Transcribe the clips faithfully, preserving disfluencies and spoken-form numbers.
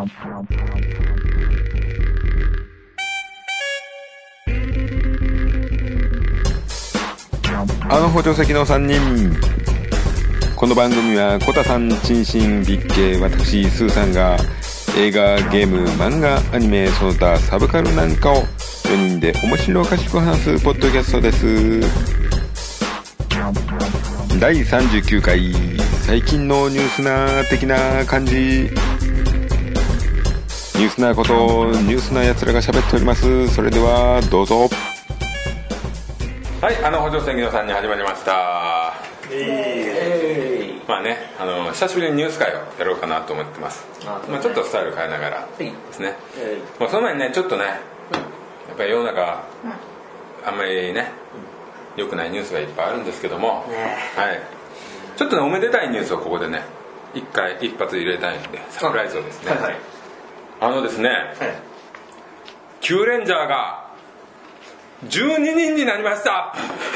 あの補助席のさんにん。この番組はコタさん、チンシン、ビッケ、私スーさんが映画、ゲーム、漫画、アニメ、その他サブカルなんかをよにんで面白おかしく話すポッドキャストです。だいさんじゅうきゅうかい、最近のニュースなー的な感じ。ニュースなことニュースなやつらが喋っております。それではどうぞ。はい、あの補助席のさんにん始まりました。えー、まあね、あの久しぶりにニュース会をやろうかなと思ってます。あ、まあ、ちょっとスタイル変えながらですね、えーまあ、その前にねちょっとね、やっぱり世の中、うん、あんまりね良くないニュースがいっぱいあるんですけども、ね、はい、ちょっとねおめでたいニュースをここでね一回一発入れたいんでサプライズをですね、はいはい、あのですね、はい、キューレンジャーがじゅうににんになりました。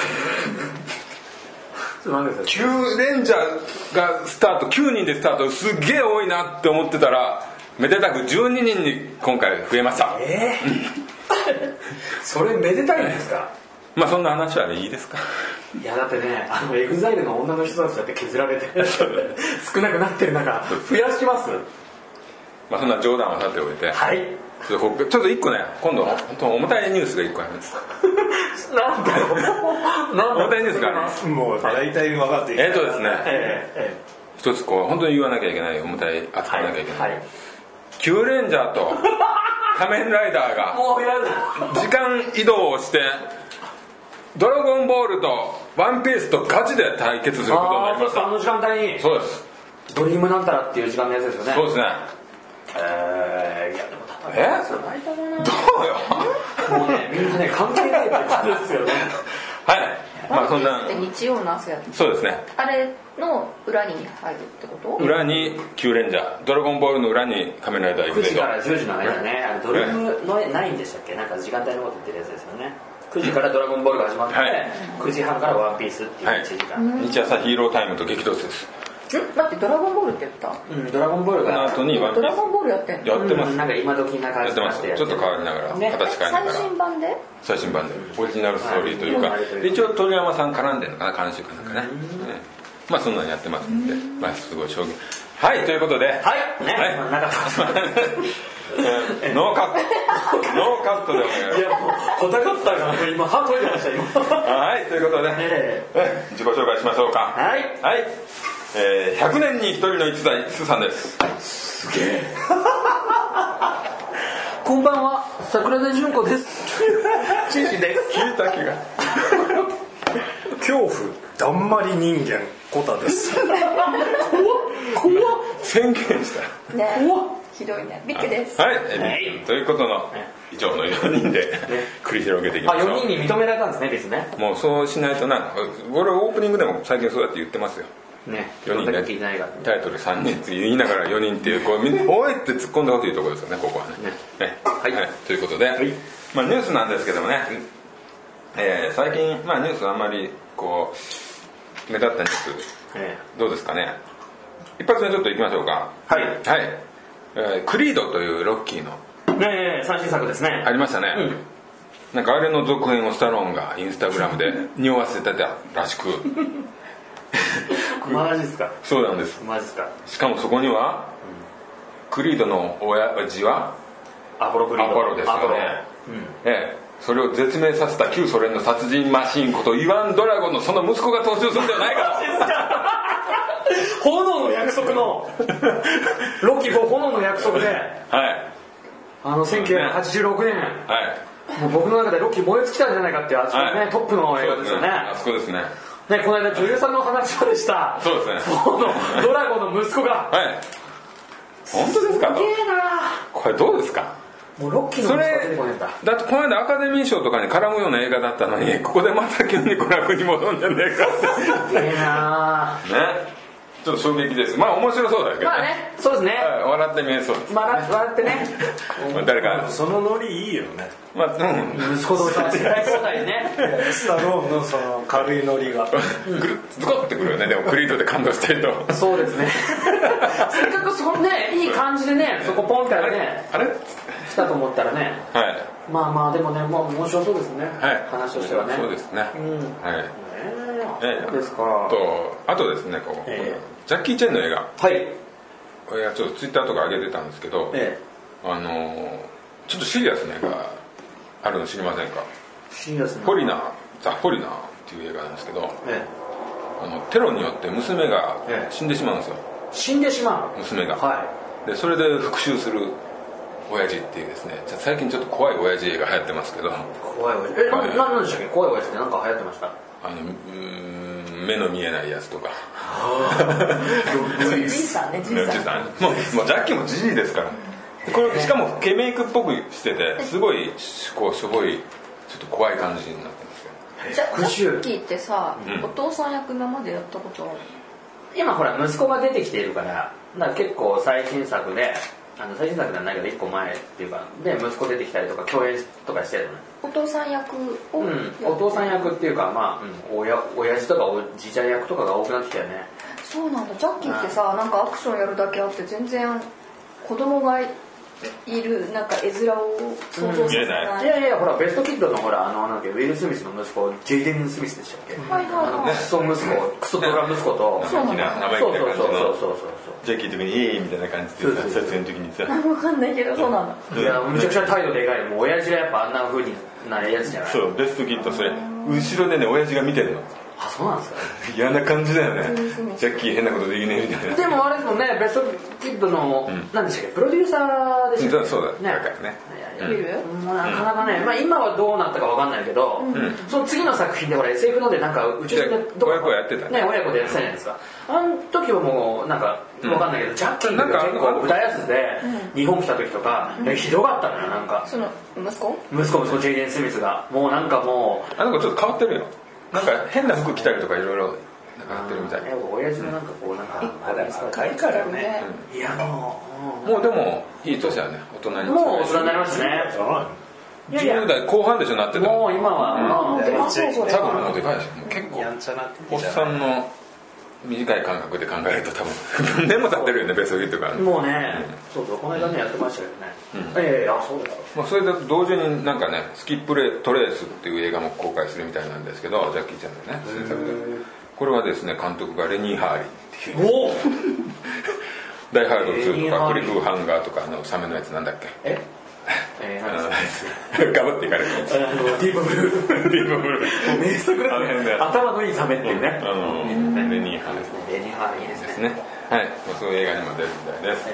キューレンジャーがスタートきゅうにんでスタート、すっげえ多いなって思ってたらめでたくじゅうににんに今回増えました。えー、それめでたいんですか？ まあそんな話は、ね、いいですか？ いやだってね、あのエグザイルの女の人たちだって削られて少なくなってる中増やします。 まあそんな冗談はさておいて、はい、ちょっといっこね、今度本当重たいニュースがいっこあります。 なんだろう、 重たいニュースがあります。 もう大体分かっている。 えっとですね、えーえー、一つこう本当に言わなきゃいけない、重たい扱わなきゃいけない、はいはい、キューレンジャーと仮面ライダーがもうやだ時間移動をしてドラゴンボールとワンピースとガチで対決することになりました。 あの時間帯に。 そうです。 ドリームなんたらっていう時間のやつですよね。 そうですね。 えー、いやでもえー、どうよもうね、みんなね関係ない感じですよね。 はい、まあそんな日曜の朝やって、 そうですね、 あれの裏に入るってこと？ 裏にキューレンジャー、ドラゴンボールの裏に仮面ライダー行くくじからじゅうじの間ね、あれドリームのないんでしたっけ、なんか時間帯のこと言ってるやつですよね。くじからドラゴンボールが始まって、はい、くじはんからワンピースっていういちじかん、 はい、日朝ヒーロータイムと激突です。 ん待って、ドラゴンボールって言った？ うん、ドラゴンボールがこの後にワンピース、 ドラゴンボールやってんの？ やってます、 うん、なんか今時な感じになってやってちょっと変わりながら、ね、形変えながら最新版で最新版でオリジナルストーリーというか、はい、一応鳥山さん絡んでるのかな、監修かなんかね、ね、まあそんなのやってますんで、まあすごい衝撃。はい、ということで、 はいね、はい、なんかノーカットノーカットでお願いします。 いやもうコタカッターが今ハート出てました今。 はい、ということで、えー、自己紹介しましょうか。 はい、 はい、えー、ひゃくねんに一人の逸材スーさんです。 すげえこんばんは、桜田淳子です。チンシです。 聞いた気が恐怖だんまり人間コタです。怖っ怖っ宣言したね、怖っひどいね。ビッグです。 はい、はい、ということの以上のよにんで繰り広げていきましょう。 あ、よにんに認められたんですね、別ね。 もうそうしないとな、俺オープニングでも最近そうやって言ってますよ。 ね、 よにんでタイトルさんにんって言いながらよにんっていう、こうみんなおいって突っ込んでほしいところですよね、ここはね。ね、はい、はい、ということで、はい、まあニュースなんですけどもね、えー、最近まあニュースあんまりこう目立ったニュース、えー、どうですかね。一発目ちょっといきましょうか。 はいはい、えー、クリードというロッキーのねえ最新作ですね。 ありましたね、うん、なんかあれの続編をスタローンがインスタグラムで匂わせてたらしくマジっすか。 そうなんです。 マジっすか。 しかもそこには、うん、クリードの親父はアポロクリード、 アポロですよね、うん、ええ、それを絶命させた旧ソ連の殺人マシーンことイワン・ドラゴンのその息子が登場するんじゃないかと炎の約束のロッキーフォー炎の約束で、はい、あのせんきゅうひゃくはちじゅうろくねん、はい、もう僕の中でロッキー燃え尽きたんじゃないかっていうあそこね、はい、トップの映画ですよね。 あそこですね。 ね、この間女優さんの話をした、 そうですね、 このドラゴンの息子が、 はい、本当ですかと。 すげえな。これどうですか。 もうロッキーの息子が出てこないんだ。 だってこの間アカデミー賞とかに絡むような映画だったのに、ここでまた急に娯楽に戻んじゃねえかって。 すげえなね。 ちょっと衝撃です。まあ面白そうだけどね。 まあね、そうですね。 笑って見えそうです、ね。 笑ってね。 誰かそのノリいいよね。 まあ、うん、 息子同士は世代交代ね。 スタローンのその軽いノリが。 ぐるっズコってくるよね。でもクリードで感動してると。 そうですね。せっかくそのね、いい感じでね、そこポンってね、 あれしたと思ったらね。 はい。 まあまあでもね、もう面白そうですね。はい。話としてはね。 そうですね。うん。はい。 えー、そうですか。 とあとですね、こう、えー、ジャッキー・チェンの映画。 はい。 これはちょっとツイッターとか上げてたんですけど、えー、あのー、ちょっとシリアスな映画あるの知りませんか？ シリアスな。 フォリナー、ザ・フォリナーっていう映画なんですけど、えー、あのテロによって娘が死んでしまうんですよ。 えー、死んでしまう。 娘が。 はい。 でそれで復讐する親父っていうですね、最近ちょっと怖い親父映画流行ってますけど。 怖い親父。え、はい、ななんでしたっけ？怖い親父ってなんか流行ってました？ あのうん目の見えないやつとか。 じいさんね、じいさん。 もうもうジャッキーもじじいですから。これしかもケメイクっぽくしてて、すごいこうすごいちょっと怖い感じになってますよ。ジャッキーってさ、うん、お父さん役今までやったことある？ 今ほら息子が出てきているから、だから結構最新作で。あの最新作じゃないけどいっこまえっていうかで息子出てきたりとか共演とかしてるのね。 お父さん役を、うん、 お父さん役っていうかまあ、うん、親親父とかおじいちゃん役とかが多くなってきたよね。 そうなんだ。ジャッキーってさ、なんかアクションやるだけあって全然子供がいるなんか絵面を想像させない、うん、 いやいやほらベストキッドのほらあのなんだっけウィル・スミスの息子ジェイデン・スミスでしたっけ、 はいはいはい、 クソ息子クソドラ息子とそうなんだそうそうそうそうそうジャッキーの時にいいみたいな感じで撮影の時にさ分かんないけどそうなんだ。 いやむちゃくちゃ態度でかい。もう親父がやっぱあんな風になやつじゃない。 そうベストキッドそれ後ろでね親父が見てるの。 あ、そうなんですか。 嫌な感じだよね。ジャッキー変なことできねえみたいな。 でもあれですもんね、ベストキッドの、うん、何でしたっけ、プロデューサーでしたっけ。 そうだね。だからね。うん、なかなかね、まあ今はどうなったかわかんないけど、うん、その次の作品でほら エスエフ のでなんか宇宙船でどこ親子やってたね。親子でやってたじゃないですか。あの時はもうなんかわかんないけど、うん、ジャッキーが結構舞台挨拶で日本来た時とか、うん、ひどかったのよなんか。 その息子？ 息子息子ジェイデン・スミスがもうなんかもう。 あの子ちょっと変わってるよ。なんか変な服着たりとかいろいろやってるみたいな。 親父のなんかこうなんかまだ若いからね。 いやもうもうでもいい年だね。大人にもう大人になりましたね。 じゅう代後半でしょなってた。 もう今は多分もうでかいでしょ。結構おっさんの短い感覚で考えると多分年も経ってるよねベストキッドが。 もうね、そうそうこの間ねやってましたけどね。ええあそうだ。 まあそれで同時になんかねスキップレトレースっていう映画も公開するみたいなんですけどジャッキーちゃんのね新作で。これはですね監督がレニー・ハーリーっていう。 おお。 ダイハードツーとかクリフハンガーとかのサメのやつなんだっけ。 え？えー、ガブっていかれるやつ。 ディープブルー。 ディープブルー。 もう名作ですね。頭のいいサメっていうね。 あのレニーハーですね。レニーハーいいですね。 はい。そういう映画にも出るみたいです。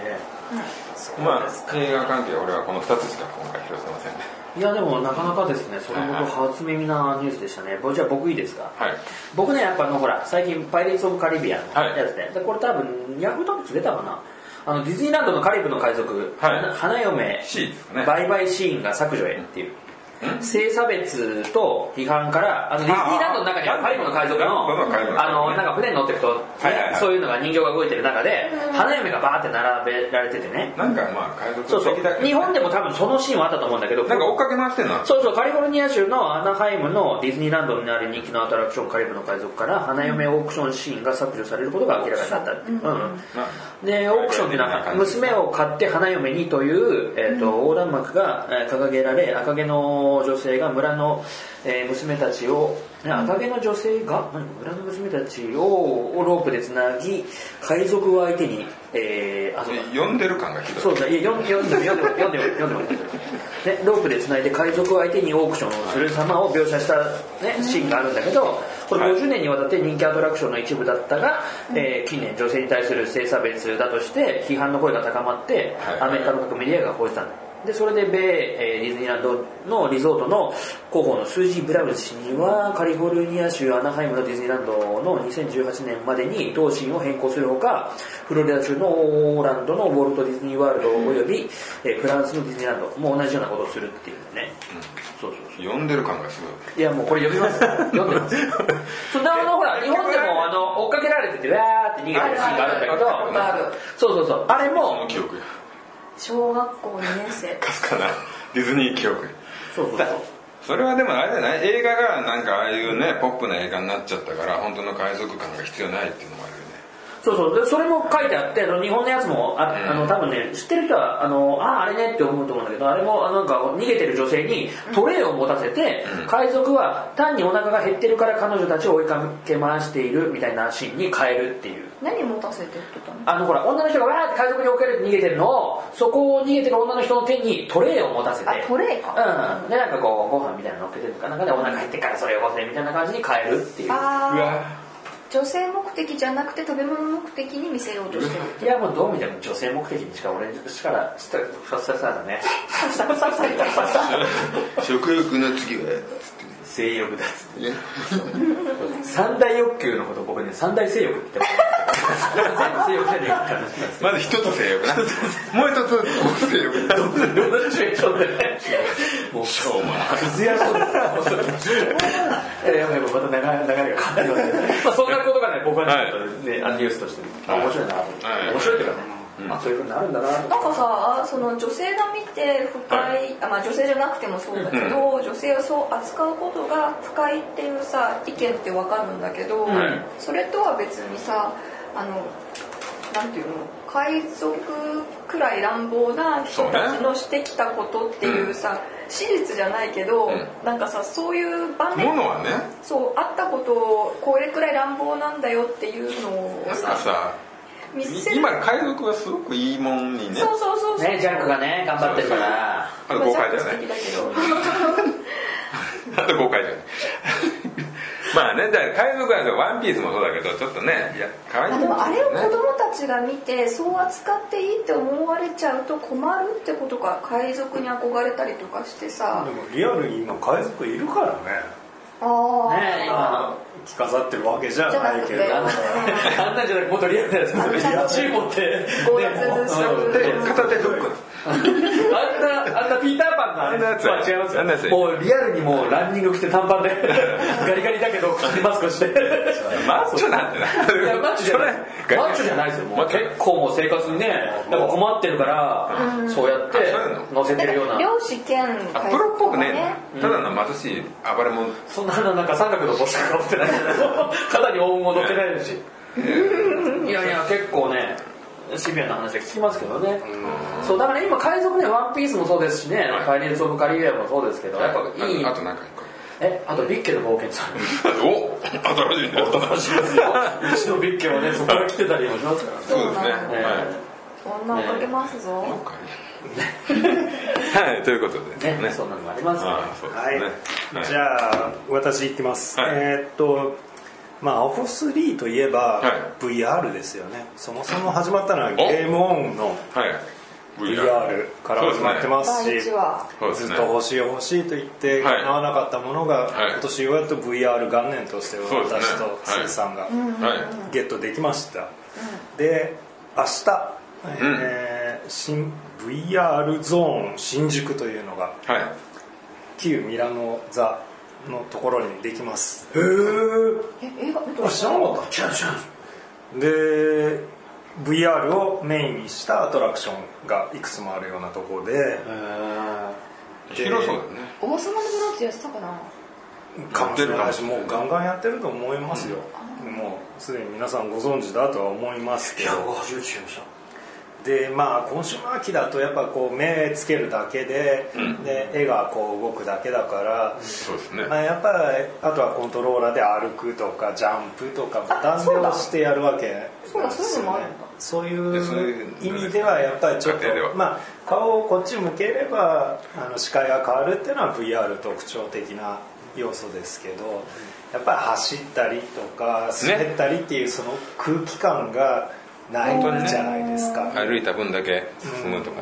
まあ映画関係は俺はこのふたつしか今回拾ってませんね。 いやでもなかなかですね。それほど初耳なニュースでしたね。じゃあ僕いいですか。 はい。 僕ねやっぱあのほら最近パイレーツオブカリビアンのやつで、これ多分ヤフートピックス出たかな。あのディズニーランドのカリブの海賊、はい、花嫁、ね、売買シーンが削除へっていう、うん、性差別と批判からあのディズニーランドの中にはカリブの海賊のあのなんか船に乗っていくと、ねはいはいはい、そういうのが人形が動いてる中で、うん、花嫁がバーって並べられててね、 なんかまあ海賊そうそう日本でも多分そのシーンはあったと思うんだけど、 なんか追っかけ回してんの。 そうそうカリフォルニア州のアナハイムのディズニーランドにある人気のアトラクションカリブの海賊から花嫁オークションシーンが削除されることが明らかになったっていう、うんうんでオークションっていうのは娘を買って花嫁にという、えー、と横断幕が掲げられ赤毛の女性が村の、えー、娘たちを赤毛の女性が何村の娘たちをロープでつなぎ海賊を相手に、えー、あそう呼んでる感がひどい。 そうだいや呼んで読んで読んで読んで読んで読んでね、ロープでつないで海賊を相手にオークションをする様を描写した、ね、シーンがあるんだけどこれごじゅうねんにわたって人気アトラクションの一部だったが、えー、近年女性に対する性差別だとして批判の声が高まって、はい、アメリカの各メディアが報じたんだ。 でそれで米、えー、ディズニーランドのリゾートの広報のスージー・ブラウン氏にはカリフォルニア州アナハイムのディズニーランドのにせんじゅうはちねんまでに同心を変更するほか、フロリダ州のオーランドのウォルト・ディズニー・ワールドおよび、えー、フランスのディズニーランドも同じようなことをするっていうね、うん、そうそうそう、 読んでる感がすごい。 いやもうこれ読みます読んでますそんなあのほら日本でもあの追っかけられててわーって逃げてるシーンがあるんだけど、そうそうそう、あれもその記憶や小学校にねん生かすかなディズニー記憶。 そうそうそう、 それはでもあれじゃない、映画がなんかああいうねポップな映画になっちゃったから本当の海賊感が必要ないっていうのもあるよね。 そうそう、でそれも書いてあって、日本のやつも あ,、うん、あの多分ね知ってる人はあのああれねって思うと思うんだけど、あれもなんか逃げてる女性にトレイを持たせて、うん、海賊は単にお腹が減ってるから彼女たちを追いかけ回しているみたいなシーンに変えるっていう。 何持たせてって言ったの？ あのほら女の人がわーって海賊に追っかけて逃げてるのを、そこを逃げてる女の人の手にトレイを持たせて、 あトレイか、 うん、でなんかこうご飯みたいなの乗っけてるのかなんかでお腹減ってからそれをごせみたいな感じに変えるっていう。 あうわ女性目的じゃなくて食べ物目的に見せようとしてる。 いやもうどう見ても女性目的にしか俺しからしたらふさふささだね食欲の次は性欲だっつって三大欲求のこと僕ね三大性欲って言ってます全部性欲じゃねえかまず一つ性欲なもう一つ性欲どんなシチュエーションでもうしょうもないくずやそうですえー、また流れが変わりますけど、まあそんなことがね僕はね、ねニュースとして面白いなと思って、面白いっていうかね、まあそういう風になるんだな。 なんかさ、その女性が見て不快、あまあ女性じゃなくてもそうだけど、女性をそう扱うことが不快っていうさ意見ってわかるんだけど、それとは別にさ、あのなんていうの、海賊くらい乱暴な人たちのしてきたことっていうさ、史実じゃないけど、うん、なんかさそういう場面ものはね、 そうあったことをこれくらい乱暴なんだよっていうのをさ、 なんかさ見せる、今海賊はすごくいいもんにね、 そうそうそうそう、 ね、ジャックがね頑張ってるから、 あと豪快じゃないあと豪快じゃないまあね、だから海賊はワンピースもそうだけどちょっとね、いや可愛い、ね、 でもあれを子供たちが見てそう扱っていいって思われちゃうと困るってことか。海賊に憧れたりとかしてさ、 でもリアルに今海賊いるからね。 ああ、 ね、今着飾ってるわけじゃないけど、 あんなんじゃなくもっとリアルなやつですよ。持ってゴーダツ片手フックあんなあんなピーターパンのあんなやつは違いますよ。もうリアルにもうランニング着て短パンでガリガリだけど口にマスクしてマッチョなんてな。 いやマッチョじゃないマッチョじゃないですよ。もう結構もう生活にねなんか困ってるから、うん、そうやって乗せてるような漁師兼海賊、ね、 プロっぽくね、ただの貧しい暴れ者、 そんななんか三角の帽子かぶってない肩に大物乗ってないしいやいや結構ねシビアな話は聞きますけどね。そうだから今海賊ね、ワンピースもそうですしね、パイレーツ・オブ・カリビアンもそうですけど、やっぱいい。 あと何かえ、あとビッケの冒険さん。 お、新しいね。 新しいですよ。うちのビッケはね、そこから来てたりもしますからね。 そうですね。 女をかけますぞ。 はい、ということでね、そんなのもありますからね。 はい。じゃあ私行きます。えっと。まあ、オフスリーといえば ブイアール ですよね。そもそも始まったのはゲームオンの ブイアール から始まってますし、ずっと欲しい欲しいと言って叶わなかったものが今年ようやっと ブイアール 元年として私とスーさんがゲットできました。で明日、えー、新 ブイアール ゾーン新宿というのが旧ミラノ座のところにできます。 へー。 え、映画見た？ 知らなかった。知らん知らん。 で ブイアール をメインにしたアトラクションがいくつもあるようなところで、へー、広そうだね。 王様のブローチやってたかな。 かもしれないし、もうガンガンやってると思いますよ。うん、もうすでに皆さんご存知だとは思いますけど。 いや、初めて知りました。 でまあ今週の秋だとやっぱこう目つけるだけで、うん、で絵がこう動くだけだから、 そうですね、 まあ、やっぱりあとはコントローラーで歩くとかジャンプとかボタンで押してやるわけですよね。そういう意味ではやっぱりちょっとまあ顔をこっち向ければあの視界が変わるっていうのは ブイアール 特徴的な要素ですけど、やっぱり走ったりとか滑ったりっていうその空気感がないじゃないですか、 ね、歩いた分だけ進むとかね、 うん、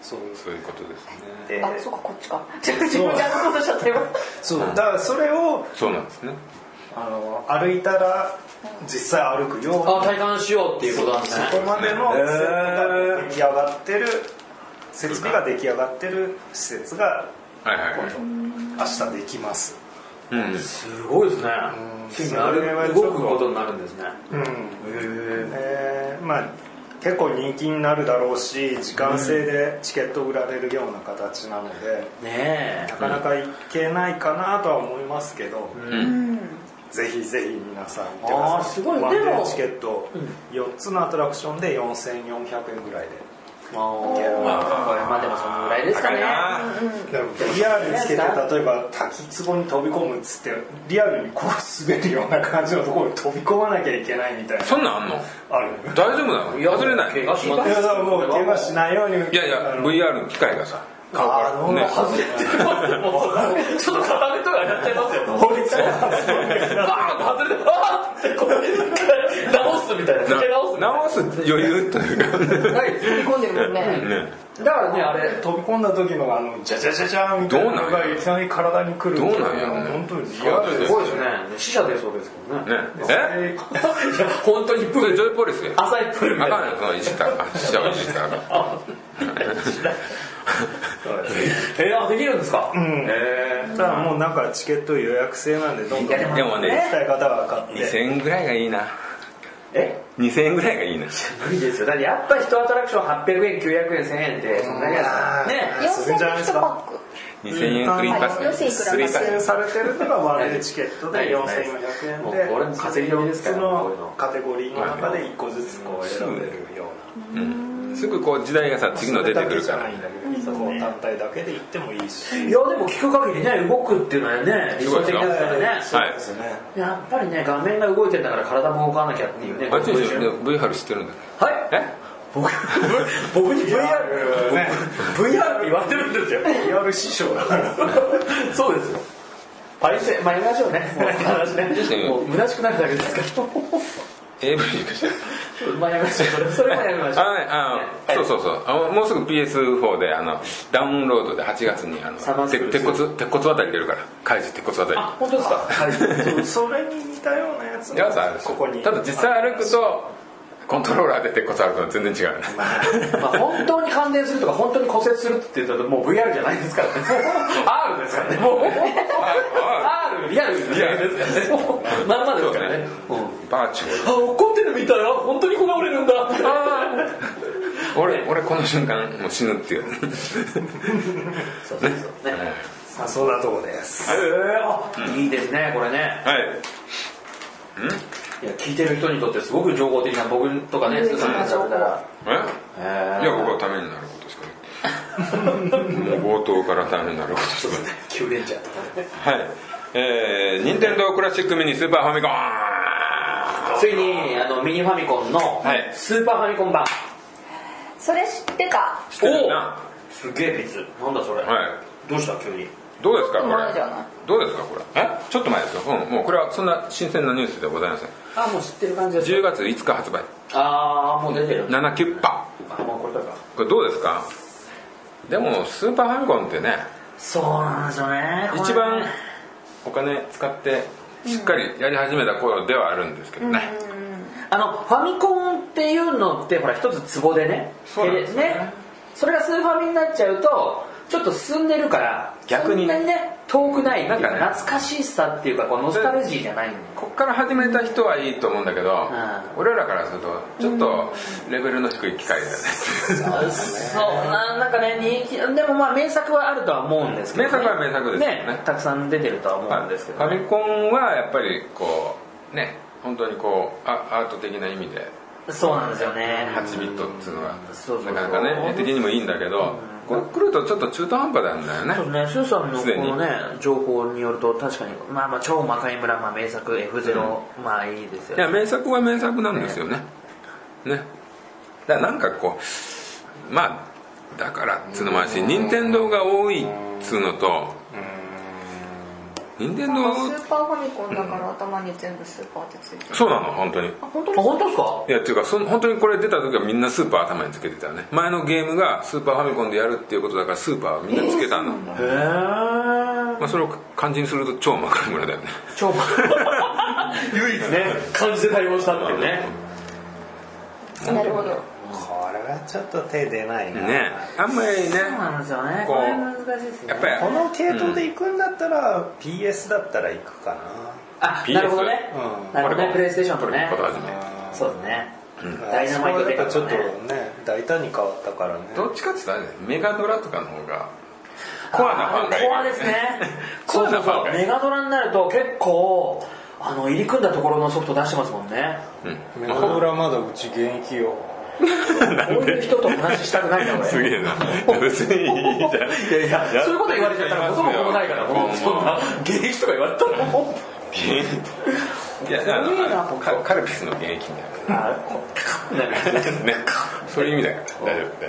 そうそういうことですね。 あ、そうか、こっちか。自分で歩こうとしちゃったよ。 そう、だからそれをそうなんですね。 あの歩いたら実際歩くように体感しようっていうことなんですね。 そこまでのセットが出来上がってる設備が出来上がってる施設が明日できます。 うん、すごいですね。ついに歩くことになるんですね。うん。へえー、まあ結構人気になるだろうし、時間制でチケット売られるような形なので、うん、ね、なかなか行けないかなとは思いますけど、うん、ぜひぜひ皆さん行ってください。すごい。ワンデーチケットよっつのアトラクションでよんせんよんひゃくえんぐらいで。 まあ、まあでもそのぐらいですかね。 でもリアルにつけて、例えば滝壺に飛び込むっつってリアルにこう滑るような感じのところに飛び込まなきゃいけないみたいな。 そんなんあんの？ ある。 大丈夫なの？外れない？ 怪我します。いやもう怪我しないように。 いやいや ブイアール の機械がさ。 あのね、外れてますよ。ちょっと片目とかやっちゃいますよ。法律がバーンと外れて、バーンってこう直すみたいな。 直す余裕というか。 はい、飛び込んでるもんね。 だからね、あれ飛び込んだ時のあのジャジャジャジャみたいなのがいきなり体に来る。 どうなんやろね。 本当にリアルです。 すごいですね。死者出そうですけどね。 ね。え？ いや本当にプール。 ジョイポリス。 浅いプールみたいな。 あかんよ、そのいじったら。死者をいじったら。 えー、できるんですか？ うん。えー、ただもうなんかチケット予約制なんでどんどんでもね、 行きたい方は買って。 にせんえんぐらいがいいな。 え？ にせんえんぐらいがいいな。 無理ですよ。だってやっぱり一アトラクションはっぴゃくえん、きゅうひゃくえん、せんえんってそんなにやつね。 よんせんえんいちパック。 にせんえんスリーパック。 スリーパックされてるのがワンデーチケットでよんせんよんひゃくえんで、 俺も稼ぎ時ですから。 よっつのカテゴリーの中でいっこずつこう選べるような。うん。 すぐこう時代がさ次の出てくるから。 単体だけで行ってもいいし。 いやでも聞く限りね動くっていうのはね理想的ですからね。 そうですね。 やっぱりね画面が動いてるんだから体も動かなきゃっていうね。 あっちに ブイアール 知ってるんだ。 はい。え？僕僕に ブイアール ね ブイアール って言われてるんですよ。 ブイアール 師匠だからそうですよ。パイセンまあやめましょうね。もう話ねもう虚しくなるだけですから。 エーブイ かしら。 まあやめましょう。それもやめましょう。 ああ、そうそうそう。あもうすぐ ピーエスフォー であのダウンロードではちがつにあの鉄骨鉄骨渡り出るから。カイジ鉄骨渡り。 あ本当ですか。 はい。それに似たようなやつがここに。ただ実際歩くとコントローラーで鉄骨歩くのは全然違うね。 まあ本当に感電するとか本当に骨折するって言ったらもう ブイアール じゃないですからね。アール ですからね。もう アール リアルリアルですからね。もうまんまですからね。 バーチュあ怒ってるみたいな本当に骨折れるんだ。 俺俺この瞬間もう死ぬっていう。 そうそうね。さあそんなとこです。 ええあいいですねこれね。 はい。 いや聞いてる人にとってすごく情報的な僕とかねスーさんがしゃべったらえいや僕はためになることしかない冒頭からためになることしかないキュウレンジャーとかねはいえー、任天堂クラシックミニスーパーファミコンついにあのミニファミコンのスーパーファミコン版、はい、 それ知ってた知ってるなすげえビズなんだそれ、はい、どうした急にどうですかこれどうですかこれえちょっと前ですよ、うん、もうこれはそんな新鮮なニュースではございませんあもう知ってる感じですじゅうがついつか発売ああもう出てるななキュッパあもうこれだかこれどうですかでもスーパーファミコンってねそうなんですよね一番お金使ってしっかりやり始めた頃ではあるんですけどね、 うん、あのファミコンっていうのってほら一つツボでねそうなんですね、ねそれがスーファミになっちゃうとちょっと進んでるから逆にね、 ね遠くないなんか、ね、懐かしさっていうかこうノスタルジーじゃないこっから始めた人はいいと思うんだけど、うん、俺らからするとちょっとレベルの低い機械だよね、 うん、そうななんかね人気でもまあ名作はあるとは思うんですけど、ね、 名作は名作ですよ ね, ねたくさん出てるとは思うんですけど、ね、 ファミコンはやっぱりこうね本当にこうアート的な意味でそうなんですよねはちビットっていうのはなかなかね絵的にもいいんだけど、これ来るとちょっと中途半端なんだよね。 そうね、スーさんのこのね情報によると確かにまあまあ超魔界村、まあ、名作 エフゼロ、うん、まあいいですよね。 いや名作は名作なんですよね。ね。だからなんかこうまあだからっつうのもあるし、任天堂が多いっつうのと、 任天堂スーパーファミコンだから頭に全部スーパーってついてる。 そうなの本当に。 あ本当本当ですか？ いやっていうかその本当にこれ出た時はみんなスーパー頭につけてたよね。前のゲームがスーパーファミコンでやるっていうことだからスーパーはみんなつけたの。へえ。 まあそれを漢字にすると超マクラ村だよね。 超マクラ唯一ね漢字で対応したっていうね。 なるほど。 これはちょっと手出ないな。 ね、あんまりね。 そうなんですよね。これ難しいですね。 やっぱりこの系統で行くんだったら、うん、ピーエス だったら行くかな。 あ、なるほどね。うん、なるほどね。プレイステーションとね。そうですね。うん、ダイナマイトでちょっとね大胆に変わったからね。 どっちかって言ったらねメガドラとかの方がコアなファンがいる。 コアですね。そうそうそう。メガドラになると結構あの入り組んだところのソフト出してますもんね。 うん、メガドラまだうち現役よ。 こういう人と話したくないな俺。すげえな。別にいいじゃん。いやいや、そういうこと言われちゃったら元も子もないからもうそんな現役とか言われたらもう。 現役。いや、あのカルピスの現役みたいな。あ、ね、そういう意味だから大丈夫で。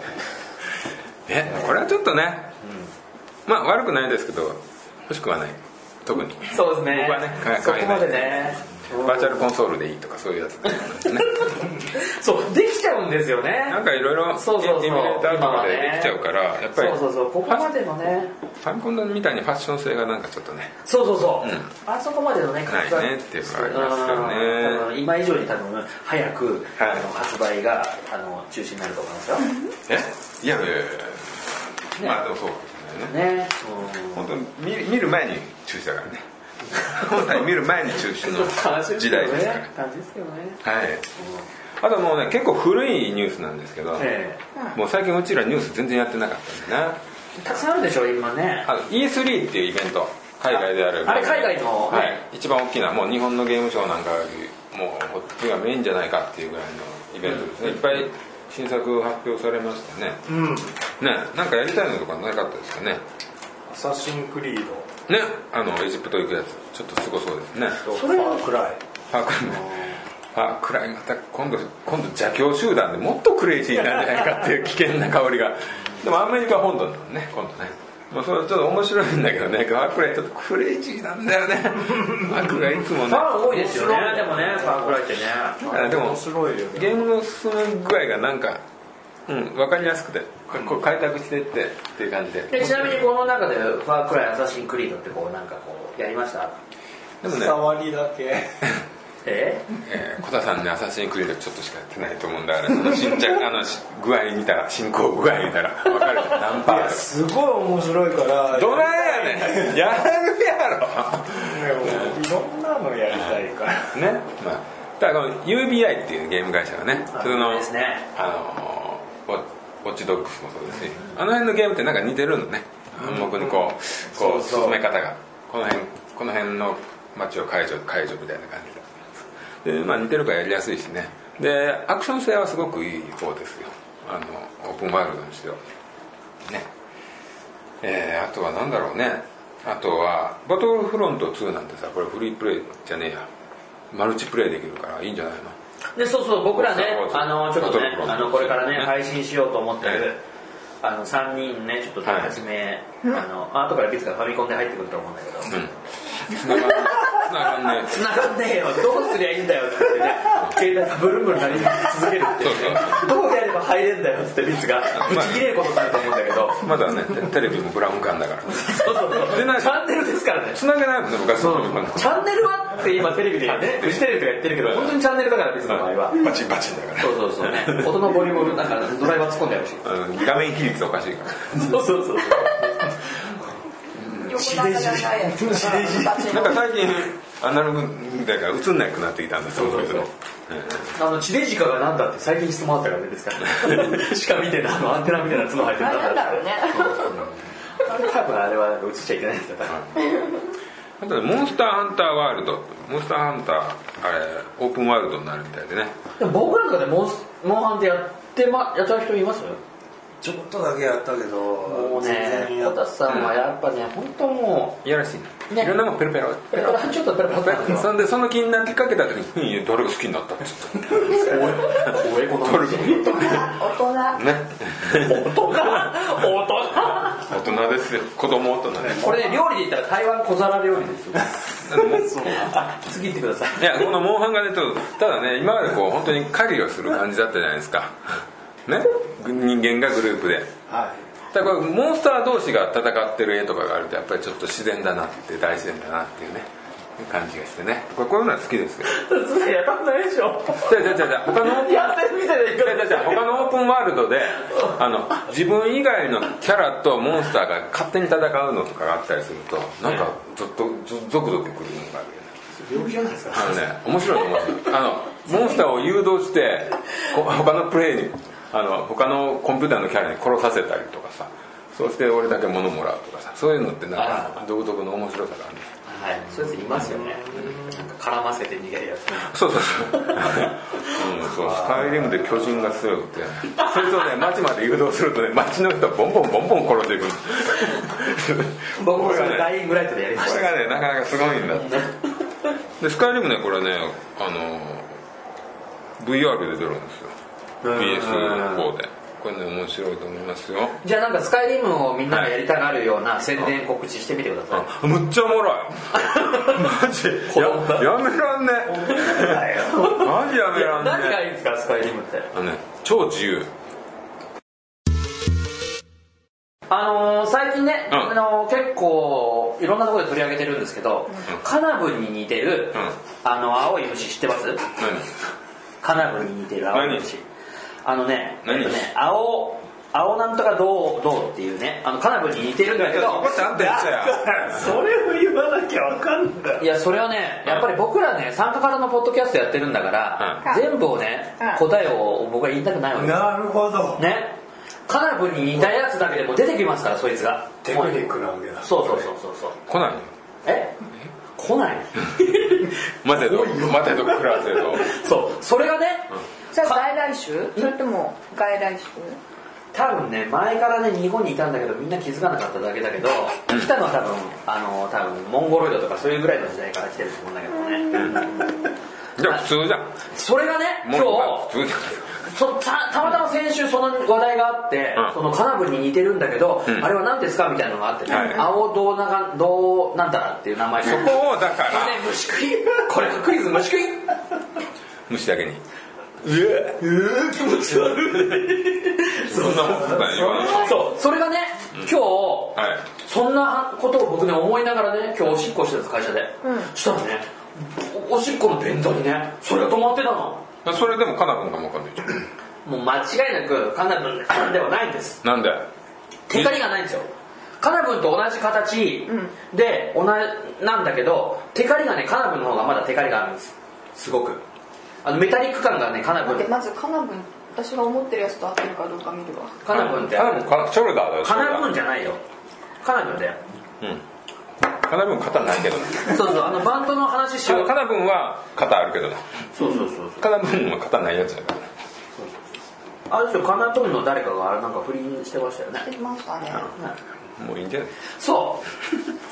ね、これはちょっとね、まあ悪くないですけど欲しくはない。特に。 そうですね。 僕はね、 そこまでね。 バーチャルコンソールでいいとかそういうやつ、ね、 そうできちゃうんですよね。 なんかいろいろエミュレーターとかでできちゃうからやっぱりそうそうそうここまでのねファミコンみたいにファッション性がなんかちょっとねそうそうそう、うん、あそこまでのねないねっていうのがありますよね。 今以上に多分早く、はい、あの発売があの中止になると思いますよ。 えいやいやいや、ね、まあでもそうですね。ね本当に 見, 見る前に中止だからね。本来見る前に中止の時代ですから。 感じですけどね。 はい。あともうね結構古いニュースなんですけど、えー、もう最近うちらニュース全然やってなかったんだな。 たくさんあるでしょ今ね。 あの イースリー っていうイベント海外である。 あれ海外の、 ね、はい、一番大きなもう日本のゲームショーなんかよりもうこっちがメインじゃないかっていうぐらいのイベントですね。うん、いっぱい新作発表されましたね。うん。ねなんかやりたいのとかなかったですかね。 アサシンクリード。 ね、あのエジプト行くやつちょっとすごそうですね。 それは暗いファークライファークライまた今度今度邪教集団でもっとクレイジーなんじゃないかっていう危険な香りがでもアメリカ本土なのね今度ね、まあ、それはちょっと面白いんだけどねファークライちょっとクレイジーなんだよねファークライいつもねファン多いですよねでもねファークライってねでも面白いよ、ね、ゲームの進む具合がなんかうん、分かりやすくてこう開拓していってっていう感じ で, でちなみにこの中でファークライアサシンクリードってこうなんかこうやりました？ でもね触りだけええー、小田さんねアサシンクリードちょっとしかやってないと思うんだからその進捗あの具合見たら進行具合見たら分かるじゃん何パーいやすごい面白いからどないやねんやるやろいろんなのやりたいからねまあただこの ユービーアイ っていうゲーム会社がねそのですねあのウォッチドッグスもそうですしあの辺のゲームってなんか似てるのね暗黙にこうこう進め方がこの辺この辺の街を解除解除みたいな感じでで、まあ、似てるからやりやすいしねでアクション性はすごくいい方ですよあのオープンワールドにしてはねえー、あとは何だろうねあとはバトルフロントツーなんてさこれフリープレイじゃねえやマルチプレイできるからいいんじゃないのでそうそう僕らねあのちょっとねあのこれからね配信しようと思ってる、あのさんにんねちょっと初め、はい、あの後からビツがファミコンで入ってくると思うんだけど、うんつながんねえつながんねえよどうすりゃいいんだよって言ってね携帯がブルンブルン鳴り続けるっていうねどうやれば入れんだよってビツがぶち切れることになると思うんだけどまだねテレビもブラウン管だからそうそうそうでチャンネルですからねつなげないもんね昔のチャンネルはって今テレビでねフジテレビとかやってるけど本当にチャンネルだからビツの場合はバチンバチンだからそうそうそうね音のボリュームなんかドライバー突っ込んであるし画面比率おかしいからそうそうそう地デジなんか最近アナログだから映んなくなってきたんだそうそうそうあの地デジカがなんだって最近質問あったからねですからしか見てないあのアンテナみたいな角入ってるんだなんだろうねあれ多分あれは映っちゃいけないんですよあとねモンスターハンターワールドモンスターハンターあれオープンワールドになるみたいでねでも僕らの中でモンスモンハンってやってまやった人いますちょっとだけやったけどもうね小田さんはやっぱね本当もういやらしいねいろんなもんペロペロペロペロちょっとペロペロペロそんでその気になってかけた時にどれが好きになったっつっておえこのトルコ大人ね大人大人大人ですよ、子供大人ね。 これね、料理で言ったら台湾小皿料理ですよ。次行ってください。 いや、このモンハンがね、ただね、今までこう本当に狩りをする感じだったじゃないですかね、人間がグループで、はい、だからこれモンスター同士が戦ってる絵とかがあるとやっぱりちょっと自然だなって、大自然だなっていうね感じがしてね、これこういうのは好きですよ。 それやったんないでしょ。 じゃじゃじゃじゃ他のやってるみたいな言い方。 じゃじゃ他のオープンワールドであの自分以外のキャラとモンスターが勝手に戦うのとかがあったりするとなんかちょっとゾクゾクくるのがあるよね。 病気じゃないですか。 あのね、面白いと思う。あのモンスターを誘導して他のプレイにあの他のコンピューターのキャラに殺させたりとかさ、そうして俺だけ物もらうとかさ、そういうのってなんか独特の面白さがあるね。 はい、そういうやついますよね。なんか絡ませて逃げるやつ。 そうそうそう。うん、そう。スカイリムで巨人が強くて、そいつをね街まで誘導するとね、街の人はボンボンボンボン殺していく。 僕もそれダイイングライトでやりました。 これがねなかなかすごいんだって。でスカイリムね、これねあの ブイアール で出るんですよ。ピーエスフォー で。これね面白いと思いますよ。 じゃあなんかスカイリムをみんながやりたがるような宣伝告知してみてください。むっちゃおもろい。マジや, やめらんね。マジやめらんね。 何がいいんですかスカイリムって。 あのね、超自由。 あのー、最近ね、うん、あのー、結構いろんなところで取り上げてるんですけど、うん、カナブンに似てる、うん、あの青い虫知ってます？カナブンに似てる青い虫。あのね、えっとね、青、青なんとかどう、どうっていうね、あの、カナブンに似てるんだけど、 それを言わなきゃわかんない。 いや、それはね、やっぱり僕らね、参加型のポッドキャストやってるんだから、うん、全部をね、うん、答えを僕は言いたくないわけです。 なるほど。 ね。カナブンに似たやつだけでも出てきますから、そいつが。 テクニックなわけだ。 そうそうそうそうそう。 来ないの？ え来ない待てど、待てど暮らせど。 そう、それがね、 うんそれは外来種？それとも外来種？ 多分ね、前からね日本にいたんだけどみんな気づかなかっただけだけど、来たのは多分あの多分モンゴロイドとかそういうぐらいの時代から来てると思うんだけどね。 じゃあ普通じゃん。 それがね今日普通じゃん。そ た, たまたま先週その話題があって、うん、そのカナブンに似てるんだけど、うん、あれは何ですかみたいなのがあってね、はい、青どうながどうなんたらっていう名前。 そこをだから。 ね、虫食い。これクイズ虫食い。 虫だけに。 うえー、気持ち悪い。そんなもんだよ。そう、それがね、今日、はい、そんなことを僕ね思いながらね、今日おしっこしてたんです会社で。うん、したらね、お, おしっこの便座にね、それが止まってたの。 それでもカナブンかもわかんないじゃん。 もう間違いなくカナブンではないんです。 なんで？ テカリがないんですよ。カナブンと同じ形で同じなんだけど、テカリがねカナブンの方がまだテカリがあるんです。すごく。あのメタリック感がねカナブン。 まずカナブン、私が思ってるやつと合ってるかどうか見るわ。 カナブンってカナブンショルダーだよ。 カナブンじゃないよ。カナブンだよ。 うん。カナブン肩ないけどね。 そうそう、あのバンドの話しよう。 カナブンは肩あるけどね。 そうそうそうそう。 カナブンは肩ないやつだからね。 あれでしょ、カナブンの誰かがなんか不倫してましたよね。 してましたね。 もういいんじゃない。 そう。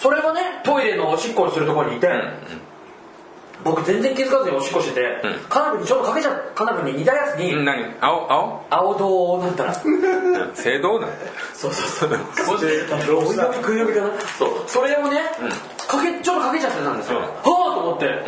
それもねトイレのおしっこをするところにいて。うんうん、僕全然気づかずにおしっこしてて、うん、カナブンにちょっとかけちゃったカナブンに似たやつに、 うん、何青青青銅なんたら青銅なんそうそうそうそしておいのきくいのきかなそうそれをね、うん、かけちょっとかけちゃってたんですよ、うん、はぁと思って、うん、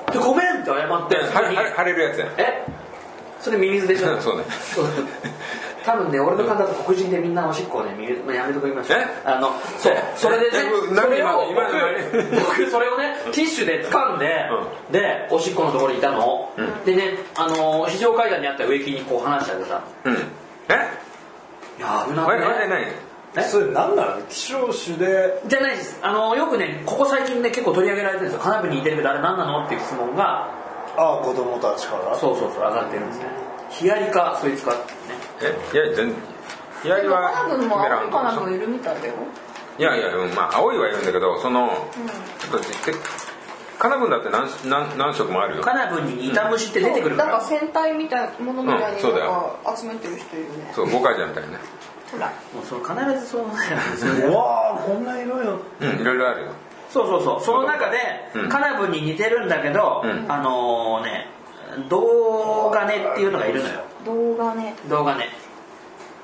でごめんって謝って腫れるやつやえそれミミズでしょ、 うん、そうね多分ね俺の勘だと黒人でみんなおしっこをねミミズ、まあ、やめときましょうあのそうそれでねそれを僕, 僕それをねティッシュで掴んで、うん、でおしっこのところにいたの、うん、でねあの非常階段にあった植木にこう離してあげた、うん、えいや危ないねえそれ何なの希少種でじゃないですあのよくねここ最近ね結構取り上げられてるんですよカナブンに似てるけどあれ何なのっていう質問がああ子供たちからそうそうそう上がってるんですねヒアリかそいつかってねえいや全然ヒアリはカナブンも青いカナブンいるみたいだよいやいや、うん、まあ青いはいるんだけどその、うん、ちょっとカナブンだって 何, 何, 何色もあるよカナブンに似た虫って出てくるから、 うん、なんか戦隊みたいものみたいになんか集めてる人いるねそうゴカイジャンみたいなねほらもうその必ずそうなんですよねうわーこんないろいろうんいろいろあるよそうそうそうその中で、うん、カナブンに似てるんだけど、うん、あのね銅金っていうのがいるのよ銅金銅金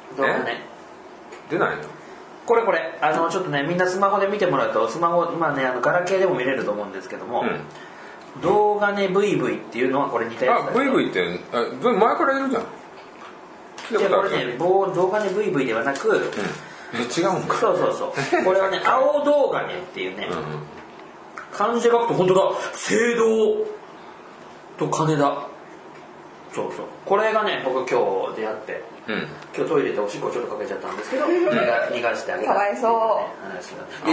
動画ね出ないの？ これこれあのちょっとねみんなスマホで見てもらうとスマホ今ねあのガラケーでも見れると思うんですけども、うん、動画ね ブイブイ っていうのはこれ似たやつだ。 あ ブイブイ ってあ前からいるじゃん。 いやこれね動画ね ブイブイ ではなく、うん、 違うんか。 そうそうそうこれはね青動画ねっていうね、うん、漢字で書くと本当だ聖堂と金田。そうそうこれがね僕今日出会って、うん、今日トイレでおしっこちょっとかけちゃったんですけど、うん、逃が逃がしてあげたかわいそう、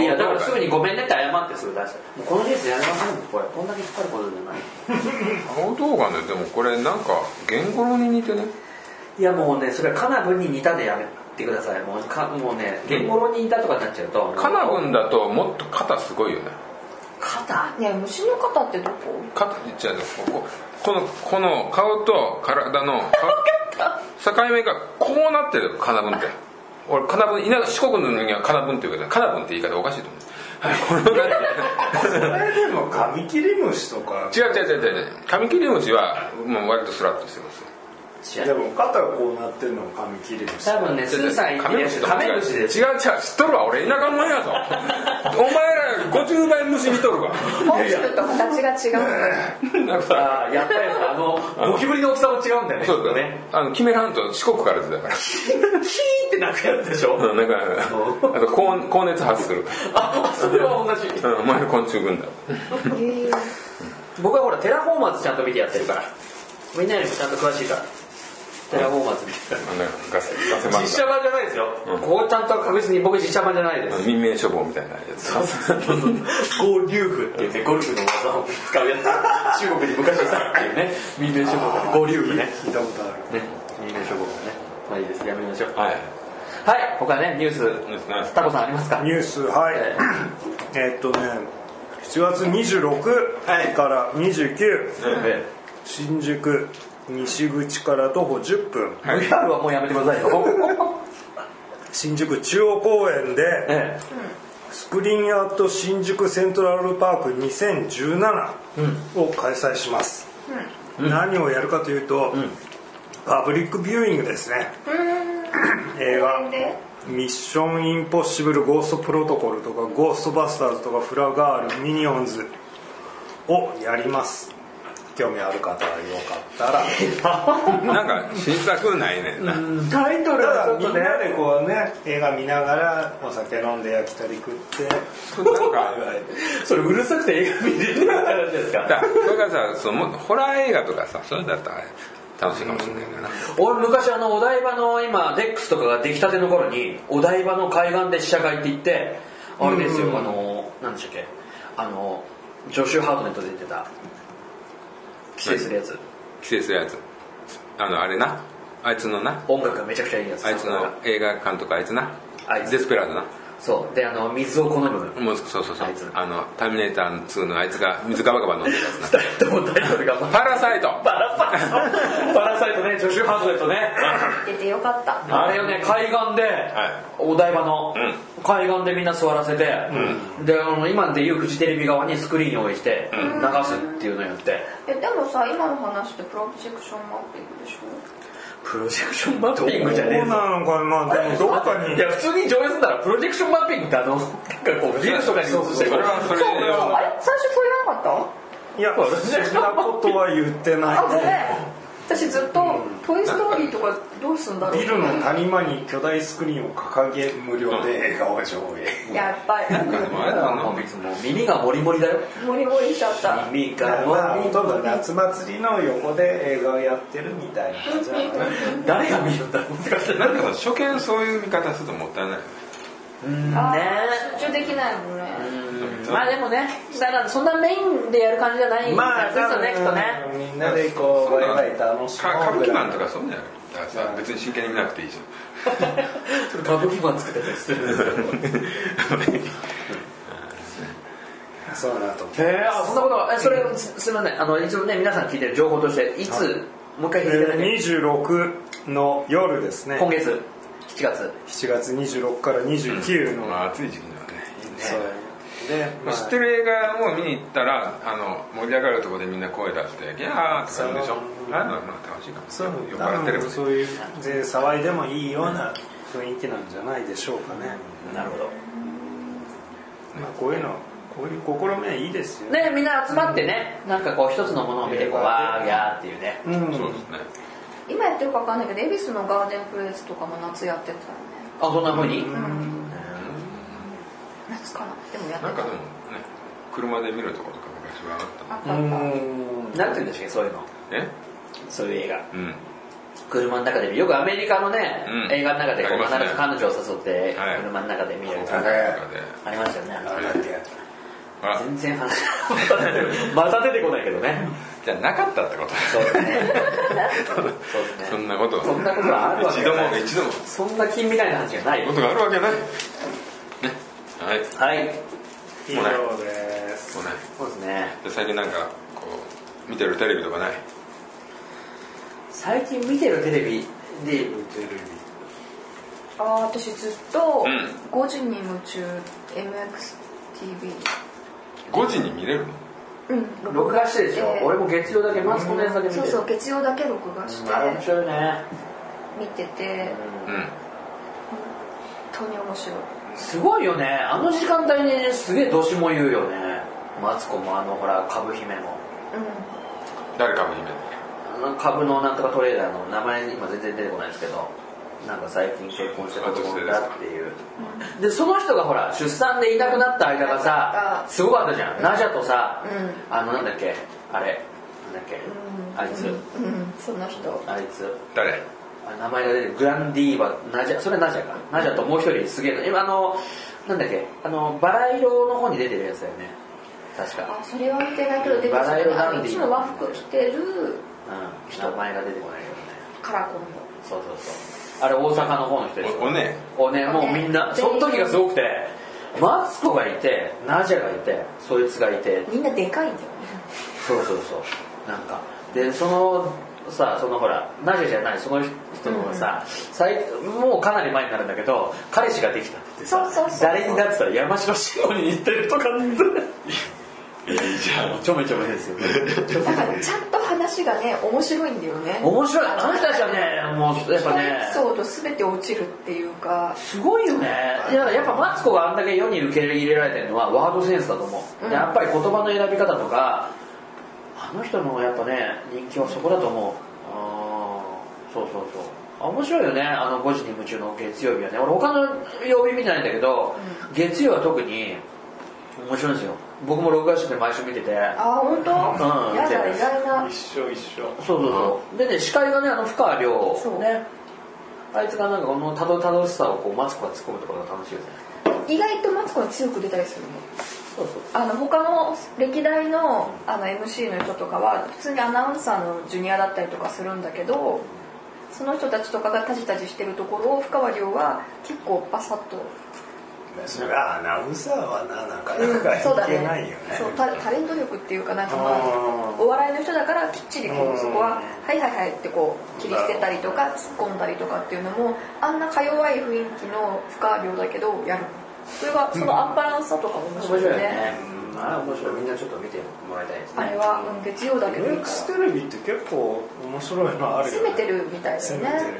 いやだからすぐにごめんねって謝ってすぐ出した。もうこのニュースやりませんもんこれこんだけ引っ張ることじゃない青動画ねでもこれなんか源五郎に似てね。 いやもうねそれはカナブンに似たでやめてください。もうかもうね源五郎に似たとかになっちゃうとカナブンだともっと肩すごいよね。 肩いや虫の肩ってどこ？ 肩いっちゃうのこここのこの顔と体の境目がこうなってるカナブンって。俺カナブン稲四国の人間はカナブンって言うけどカナブンって言い方おかしいと思う。 それでもカミキリムシとか違う違う違う違うカミキリムシはもう割とスラッとしてます。 でも肩がこうなってるのがカミキリムシ。 多分ね、スーさん言ってるやつカメムシです。 違う違う、知っとるわ、俺田舎者やぞ。お前らごじゅうばい虫見とるわ。 大きくと形が違うんだよ。 あやっぱりあのゴキブリの大きさも違うんだよね。 そうだね。あのキメラハント四国から出たから。 ヒーって鳴くやつでしょ。 うん、なんかあと高高熱発する。 あ、それは同じ。 うん、お前の昆虫軍団。 僕はほらテラフォーマーズちゃんと見てやってるから。みんなよりもちゃんと詳しいから。テラフォーマーズみたいな実写版じゃないですよ、うん、こうちゃんと確実に僕実写版じゃないです。 民命処方みたいなやつゴリュウフっていうねゴルフの技を使うやつ中国に昔いたっていうね民命処方でゴリュウフね聞いたことあるね民命処方ね。まあいいですやめましょう。はい、はい、他ねニュースタコさんありますか？ ニュースはい、えー、えーっとねしちがつにじゅうろくからにじゅうく、はい、新宿西口から徒歩じゅっぷん、 はい、ブイアール はもうやめてくださいよ新宿中央公園で、ええ、スクリーンアート新宿セントラルパークにせんじゅうななを開催します、うん、何をやるかというと、うん、パブリックビューイングですね、うん、映画ミッションインポッシブルゴーストプロトコルとかゴーストバスターズとかフラガールミニオンズをやります。興味ある方はよかったらなんか新作ないねんな、うん、 タイトルはちょっとねみんなでこうね映画見ながらお酒飲んで焼き鳥食ってなんかそれうるさくて映画見れるんですか？ だそれからさそのホラー映画とかさそういうのだったら楽しいかもしれないかな。 俺昔あのお台場の今デックスとかが出来たての頃にお台場の海岸で試写会って言ってあれですよ、あの何でしたっけあのジョシュ・ハートネットで出てた規制するやつ規制するやつあのあれなあいつのな音楽がめちゃくちゃいいやつあいつの映画監督あいつなあいつデスペラードなそうであの水を好むもうそうそうそうあいつあのターミネーターツーのあいつが水ガバガバ飲んでるやつなふたりともタイトルがパラサイトパラサイトパラサイトねジョシュ・ハートネットね出てよかったあれをね海岸で、はい、お台場の、うん、海岸でみんな座らせて、うん、であの今でいうフジテレビ側にスクリーンを用意して流すっていうのをやって、 うん、えでもさ今の話ってプロジェクションマッピングでしょ？ プロジェクションマッピングじゃねえぞ。 どうなのかな、まあ、でもどっかにいや普通に上映するならプロジェクションマッピングってあのなんかこうビルとかに映してるからそうそうあれ最初そう言わなかった？ いやそんなことは言ってない。 あごめん私ずっと「トイ・ストーリー」とかどうすんだろう。 ビルの谷間に巨大スクリーンを掲げ無料で映画を上映。 やっぱりもう耳がモリモリだよ。 モリモリしちゃった。 耳がモリモリ。ほとんど夏祭りの横で映画をやってるみたいな感じなのね。 誰が見るんだろう。 なんか初見そういう見方するともったいない。 うんね集中できないもんね。 まあでもねだからそんなメインでやる感じじゃないまあですよねきっとね。 みんなでこうワイワイ楽しむ歌舞伎マンとかそんなんやるだからさ別に真剣に見なくていいじゃんそれ歌舞伎マン作ったやつするんですよそうなとへえあそんなことはそれすみませんあの一応ね皆さん聞いてる情報としていつもう一回聞いていただいてにじゅうろくの夜ですね今月しちがつしちがつにじゅうろくからにじゅうくの、 うん、暑い時期だねいいねで、 まあ、知ってる映画を見に行ったらあの盛り上がるところでみんな声出してギャーって感じでしょ。ああいうのはまあ楽しいかも。 そう酔っ払ってればそういうで騒いでもいいような雰囲気なんじゃないでしょうかね。 なるほど。 まあこういうのこういう試みはいいですよね。みんな集まってね、なんかこう一つのものを見てこうわーギャーっていうね。 うん、そうですね。 今やってるか分かんないけど恵比寿のガーデンプレイスとかも夏やってたよね。 あ、そんな風に、うん、 夏かな。でもやってた。 なんかでもね車で見るところとか昔はあったあったあった。 なんて言うんでしたっけそういうの。 えそういう映画。 うん。 車の中でよくアメリカのね、うん、映画の中でこう必ず彼女を誘って車の中で見るとか、ね、ありましたよね。あ全然話また出てこないけどね。 じゃなかったってこと。 そうですね。 そうですね。そんなことそんなことはあるわけない。一度も一度もそんな近未来の話がないことがあるわけない。ね。 はい。はい。 以上です。 もうね。 そうですね。 で最近なんかこう見てるテレビとかない。 最近見てるテレビでテレビ。 ああ私ずっとごじに夢中 エムエックスティーブイ。 ごじに見れるの？ うん、 録画してでしょ、えー、俺も月曜だけマツコのやつだけ見て、 そうそう月曜だけ録画して、 うん、あれ面白いね見てて、うん、本当に面白い。 すごいよねあの時間帯に、ね、すげえ年も言うよねマツコもあのほら株姫も、うん、 誰株姫？ あの株のなんとかトレーダーの名前今全然出てこないですけどなんか最近結婚して子供だっていう、うん、でその人がほら出産でいなくなった間がさすごかったじゃん、うん、ナジャとさ、うん、あのなんだっけあれなんだっけ、うん、あいつ、うんうん、 その人あいつ誰名前が出てるグランディーバナジャそれナジャかナジャともう一人すげえ今あのなんだっけあのバラ色の方に出てるやつだよね確かあそれは見てないけど出てきたいつも和服着てる、うん、 名前が出てこないけどねカラコンのそうそうそうあれ大阪の方の人でしょおねおねもうみんなその時がすごくてマツコがいてナジャがいてそいつがいてみんなでかいんだよねそうそうそうなんかでそのさそのほらナジャじゃないその人のさ、うん、もうかなり前になるんだけど彼氏ができたって言ってさそうそうそう誰になってたら山城慎吾に似てるとかいいじゃんちょめちょめですよねだからちゃんと話がね面白いんだよね面白いあの人たちはねもうやっぱねエピソード全て落ちるっていうかすごいよねいややっぱマツコがあんだけ世に受け入れられてるのはワードセンスだと思う、うん、やっぱり言葉の選び方とかあの人のやっぱね人気はそこだと思うあそうそうそう面白いよねあのごじに夢中の月曜日はね俺他の曜日見てないんだけど、うん、月曜は特に面白いんですよ僕も録画して毎週見ててあ本当？うんやだ意外な一緒一緒そうそうそう、うん、でね司会がねあの深川亮そうねあいつがなんかこのたどたどしさをこうマツコが突っ込むところが楽しいよね意外とマツコが強く出たりするのそうそうあの他の歴代 の, あの エムシー の人とかは普通にアナウンサーのジュニアだったりとかするんだけどその人たちとかがタジタジしてるところを深川亮は結構バサッとそれはアナウンサーはななかなかいけないよね、 うん、そうだねそう タ, タレント力っていうかなんか、まあ、お笑いの人だからきっちりこうそこははいはいはいってこう切り捨てたりとか突っ込んだりとかっていうのもあんなか弱い雰囲気の深川亮だけどやるそれはそのアンバランスさとかも面白いね、うん、面白いね、 うん、あれ面白いみんなちょっと見てもらいたいですねあれは、うん、月曜だけどいいからエムエックス テレビって結構面白いのあるよね攻めてるみたいだよね攻めてるよね、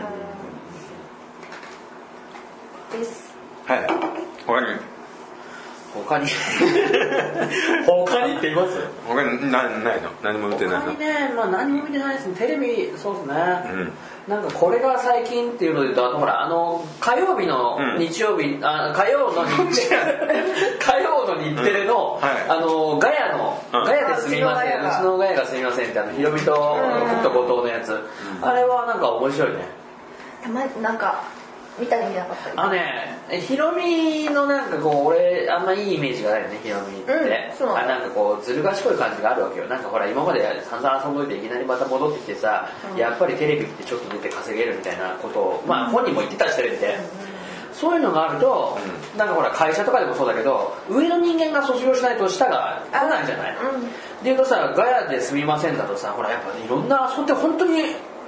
うん、ですはい他に他に他にって言います他になないの何も見てないの他にね、まあ、何も見てないですねテレビそうですね、うんなんかこれが最近っていうので言うとあのほらあの火曜日の日曜日、うん、あ火曜の日火曜の日テレの、うんはい、あのガヤの、うん、ガヤですみませんうちのガヤがすみませんってあのヒロミとフット後藤のやつ、うん、あれはなんか面白いねたまなんか見たり見なかったりあのねヒロミのなんかこう俺あんまいいイメージがないよねヒロミって、うん、あなんかこうずる賢い感じがあるわけよなんかほら今まで散々遊んどいていきなりまた戻ってきてさ、うん、やっぱりテレビってちょっと出て稼げるみたいなことをまあ本人も言ってたしテレビで、うん、そういうのがあると、うん、なんかほら会社とかでもそうだけど上の人間が卒業しないと下が来ないじゃない、うん、でいうとさガヤですみませんだとさほらやっぱいろんなあそこって本当に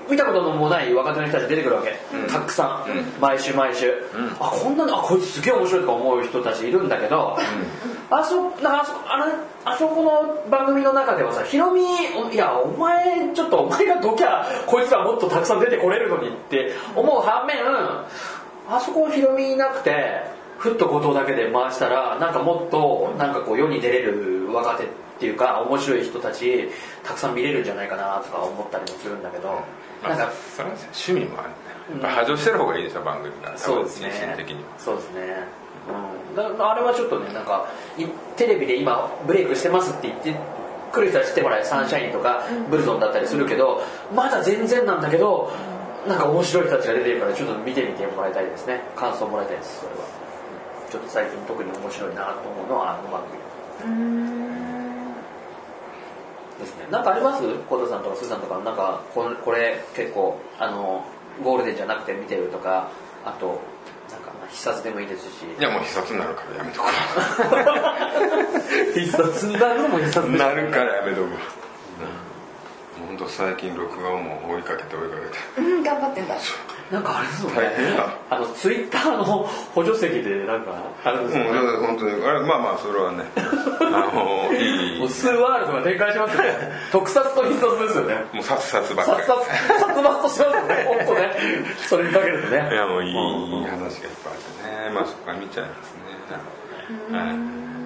見たことのもない若手の人たちが出てくるわけ、うん、たくさん、うん、毎週毎週、うん、あこんなのあこいつすげえ面白いとか思う人たちいるんだけど、うん、あそなんかあそあのあそこの番組の中ではさヒロミいやお前ちょっとお前がどきゃこいつらもっとたくさん出てこれるのにって思う反面あそこヒロミいなくてふっと後藤だけで回したらなんかもっとなんかこう世に出れる若手っていうか面白い人たちたくさん見れるんじゃないかなとか思ったりもするんだけど、 まあ、なんかそれは趣味もあるねやっぱ波状してる方がいいでしょ番組がそうですね精神的にはそうですね、うん、だあれはちょっとねなんかテレビで今ブレイクしてますって言って来る人は知ってもらえサンシャインとかブルゾンだったりするけどまだ全然なんだけどなんか面白い人たちが出てるからちょっと見てみてもらいたいですね感想もらいたいですそれはちょっと最近特に面白いなと思うのはあの番組うーんですね、なんかあります？コタさんとかスーさんとかなんかこれ、これ結構あのゴールデンじゃなくて見てるとかあとなんか必殺でもいいですしいやもう必殺になるからやめとこう必殺になるのも必殺になるからやめとこう本当最近録画をもう追いかけて追いかけてうん頑張ってんだなんかあれですよねあのツイッターの補助席でなんかあるんですよね、 うん、本当にあれまあまあそれはねあのいいスーワールドが展開しますよね特撮と必殺ですよねもう殺殺ばっかり殺殺殺伐としますよね本当ねそれにかけるとねいやもういい、いい話がいっぱいあってねまあそこから見ちゃいますねはい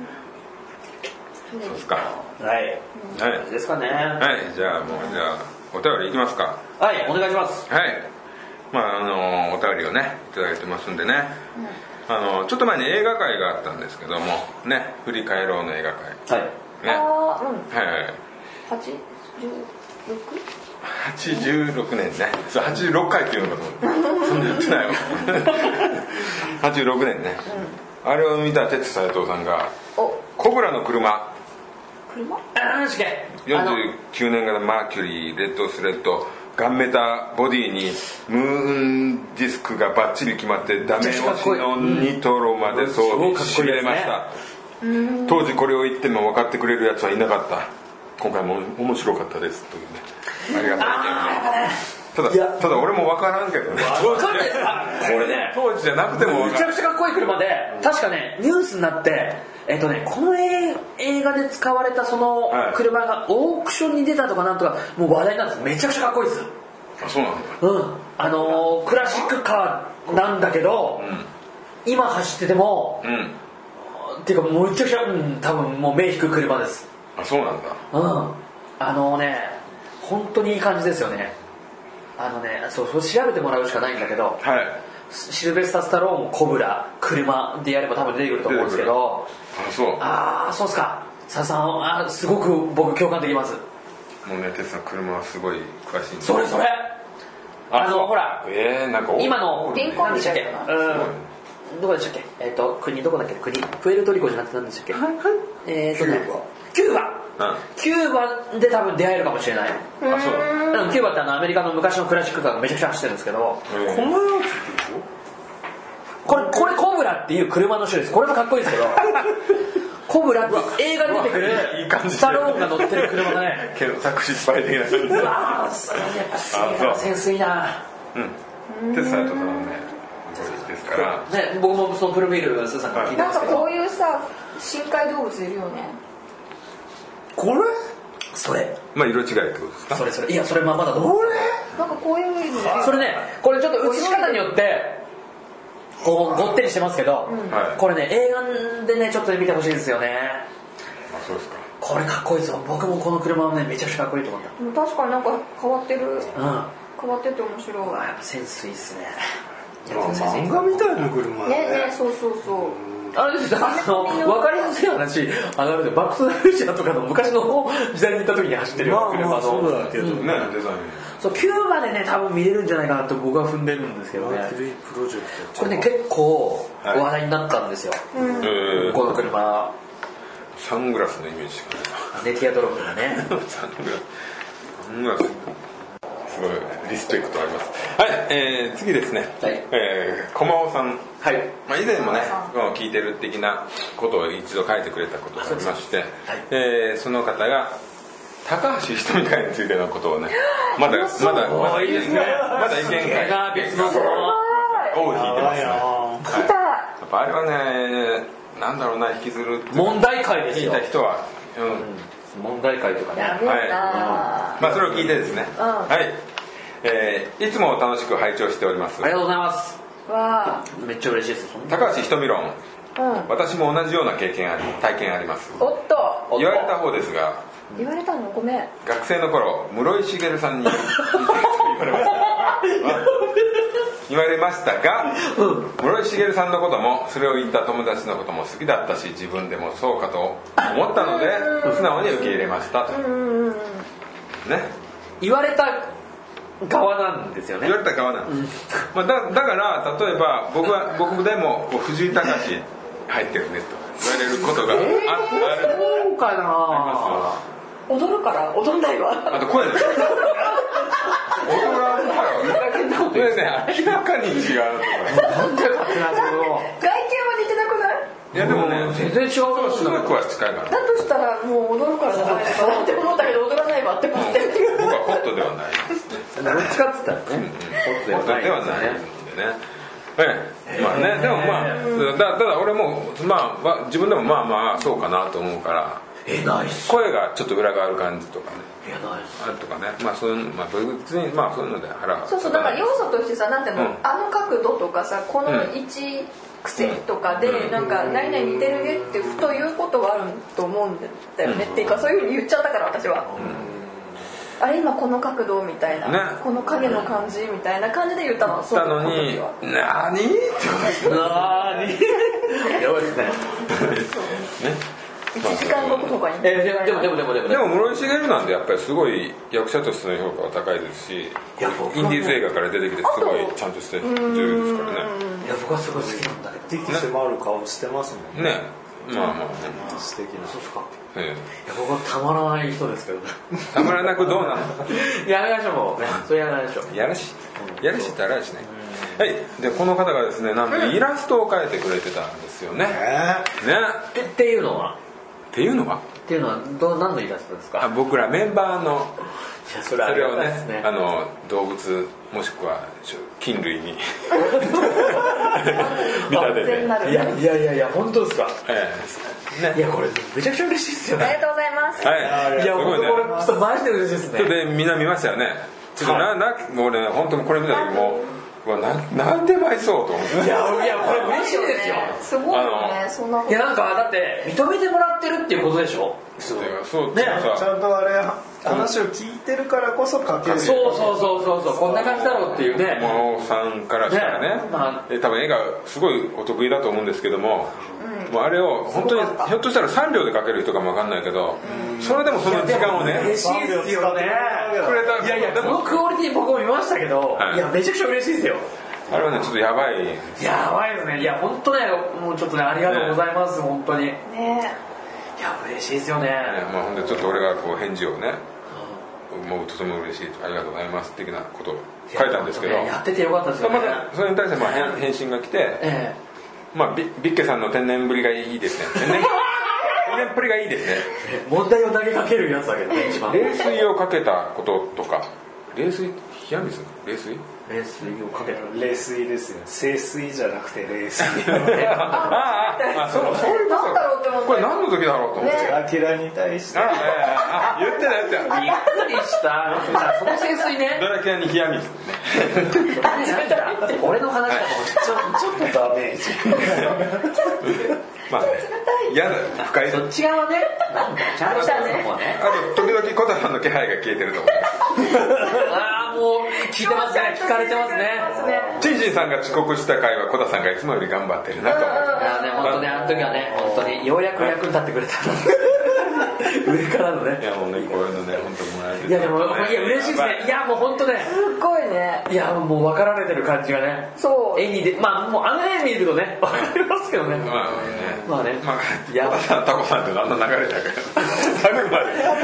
そうですかはいはいですかねはいじゃあもうじゃあお便りいきますかはいお願いしますはいまああのお便りをねいただいてますんでね、うん、あのちょっと前に映画会があったんですけどもね振り返ろうの映画会はいねああうんはいはいはちじゅうろくはちじゅうろくねんねそうはちじゅうろっかいっていうのかと思ってそんなやってないわはちじゅうろくねんね、うん、あれを見た哲斎藤さんがコブラの車車あーよんじゅうきゅうねん型マーキュリーレッドスレッドガンメタボディにムーンディスクがバッチリ決まってダメ押しのニトロまで装備しめました、うん、当時これを言っても分かってくれるやつはいなかった今回も面白かったですというねありがたいけどねただただ俺も分からんけどね分かんないですかこれね当時じゃなくてもめちゃくちゃかっこいい車で確かねニュースになってえっとねこの映画で使われたその車がオークションに出たとかなんとかもう話題なんですめちゃくちゃかっこいいですあそうなんだうんあのー、クラシックカーなんだけど、うん、今走ってても、うん、っていうかもうめちゃくちゃ、うん、多分もう目引く車ですあそうなんだうんあのね本当にいい感じですよねあのねそうそう調べてもらうしかないんだけど、はい、シルベスタ・スタローンもコブラ車でやれば多分出てくると思うんですけどあそうああそうですか佐さんあすごく僕共感できますもうね哲さん車はすごい詳しいんでそれそれあのほら、 えー、なんか今のリンコンでしたっけどこでしたっけえっ、ー、と国どこだっけ国プエルトリコじゃなくて何でしたっけはいはいえっ、ー、とねキューバキューバで多分出会えるかもしれないあそうキューバってあのアメリカの昔のクラシックカーがめちゃくちゃ走ってるんですけどこのやつってこれこれコブラっていう車の種類ですこれもかっこいいですけどコブラって映画に出てくるスタローンが乗ってる車がね検索失敗的なうわーそれやっぱすげえセンスいいなうん哲斎藤さんはねですからね僕もそのプロフィールスーさんから聞いてますけどなんかこういうさ深海動物いるよねこれそれまあ色違いってことですかそれそれいやそれままだと思うなんかこういうのそれねこれちょっと映し方によってこうごってりしてますけど、うん、これね映画でねちょっと見てほしいですよねあそうですかこれかっこいいですよ僕もこの車はねめちゃくちゃかっこいいと思った確かになんか変わってる、うん、変わってて面白いやっぱセンスいいっすね漫画みたいな車ねねねそうそうそうあれですよあの分かりやすい話あのバック・トゥ・ザ・フューチャーとかの昔の時代に行った時に走ってるような車の、まあ、 そうだけどね、うん、 デザインそうキューバでね多分見れるんじゃないかなと僕は踏んでるんですけどねプロジェクトこれね結構話題になったんですよ、はい、うん、この車サングラスのイメージしかないネティアドロップがねサングラスサングラスすごいリスペクトありますはい、えー、次ですね、はい、えー、駒尾さん、はい、まあ、以前もね聞いてる的なことを一度書いてくれたことがありまして、はい、えー、その方が高橋ひとみ会についてのことをねまだまだまだいいですねまだ意見が別のその尾を引いてますね。やっぱあれはねなんだろうな引きずる問題会ですよ。 聞いた人は、 うん、問題会とかね。 やべえな、はい、 まあそれを聞いてですね、うん、はい、えー、いつも楽しく拝聴しております。 ありがとうございます。 わめっちゃ嬉しいです。 高橋ひとみ論、うん、私も同じような経験あり体験あります。 おっと言われた方ですが言われたのごめん学生の頃室井茂さんに言われました言われましたが、うん、室井茂さんのこともそれを言った友達のことも好きだったし自分でもそうかと思ったので素直に受け入れましたと、うんね、 言われた側なんですよね。 言われた側なんです、うんまあ、だ, だから例えば僕は僕でも藤井隆入ってるねと言われることがある、 えー、あるそうかな。 踊るから踊んないわ。 あと声です踊らんからこれね明らかに違うなんでかってなるけど外見は似てなくない？ いやでもね全然違うかもしれない。 すごくは近いから。 だとしたらもう踊るからじゃないですかって思ったけど踊らないわって思って僕はホットではないどっちかっつったらね、うんうん、ホットではないんでね。 ええ、まあねでもまあだただ俺もまあ自分でもまあまあそうかなと思うから。 えないっす。 声がちょっと裏がある感じとかね。 いやないっす。 あるとかね。まあそういうまあ別にまあそういうので腹が。 そうそうだから要素としてさなんていうの、うん、あの角度とかさこの位置癖とかで、うん、なんか何々似てるねってふと言うことはあると思うんだよね、うん、っていうかそういうふうに言っちゃったから私は。うん、あれ今この角度みたいな、ね、この影の感じみたいな感じで言ったの。 言ったのになーにーってなーにーやばいですね。 ね。 いちじかんごとかに、 えー、でもでもでもでもでも室井茂なんでやっぱりすごい役者としての評価は高いですし、インディーズ映画から出てきてすごいちゃんとして女優ですからね。 いや僕はすごい好きなんだけど敵迫る顔してますもんね。 ねまあまあね、 うん、素敵な。 そうですか。 ええ、 いや僕はたまらない人ですけどね。 たまらなくどうなの？ やめましょうもうね。それやめましょう。 やらしやらしってあらやしね。はい、でこの方がですねなんとイラストを描いてくれてたんですよね。 えー、 ねってっていうのは。 っていうのはっていうのはど何のイラストですか？ あ僕らメンバーのいやそれ、 それをね、ねあの動物もしくは菌類に見立てていやいやいやいや本当ですか？ ええーね、いやこれめちゃくちゃ嬉しいですよね。 ありがとうございます。 はい、 いや本当これちょっとマジで嬉しいですね。 それでみんな見ましたよね。ちょっとな、はい、なもうね本当にこれ見た時もうななんでも合いそうと思って。 いやいやこれ嬉しいですよ。 すごいねそんな。 いやなんかだって認めてもらってるっていうことでしょ。 そうそうね、ちゃんとあれ話を聞いてるからこそ書ける。 そうそうそうそうそうこんな感じだろうっていうね。 もうさんからしたらね、ねまあ、多分絵がすごいお得意だと思うんですけども、うん、もうあれを本当にひょっとしたらさんびょうで描ける人かもわかんないけど、うん、それでもその時間をね嬉しいですよね。 くれた。 いやいやこのクオリティ僕も見ましたけど、はい、いやめちゃくちゃ嬉しいですよ。 あれはねちょっとやばい。 やばいですね。いや本当ねもうちょっとねありがとうございます、ね、本当に。ね。いや嬉しいですよね。ねまあほんでちょっと俺がこう返事をね、うん、もうとても嬉しいありがとうございます的なことを書いたんですけど、 や, やっててよかったですよね。 またそれに対してまあ返信が来て、ええ、まあビッケさんの天然ぶりがいいですね。天然天然ぶりがいいですね。 問題を投げかけるやつだけどね一番。 冷水をかけたこととか冷水冷や水冷水冷水をかけた冷水ですよ。清水じゃなくて冷水。 ああそうそういうこと。これ何の時だろうと思って。 アキラに対して。 ああ言ってない言ってない。 びっくりした。その清水ね。 ドラキュラに冷や水ね。 俺の話だとちょちょっとダメージ。 まあ嫌だ深い。 そっち側ね。なんだちゃんとしたね。 あと時々小田さんの気配が消えてると思う。 ああもう聞いてますね。聞かれてますね。 チンチンさんが遅刻した回は小田さんがいつもより頑張ってるなと思う。 いやね本当ねあの時はね本当にようやく役に立ってくれた。上からのね。 いやもうねこういうのね本当にもらえて。 いやでもいや嬉しいですね。いやもう本当ね。 すごいね。 いやもう分かられてる感じがね。そう。絵にでまあもうあの絵見るとね分かりますけどね。まあね。まあね。まあやばさんタコさんってあんな流れだから。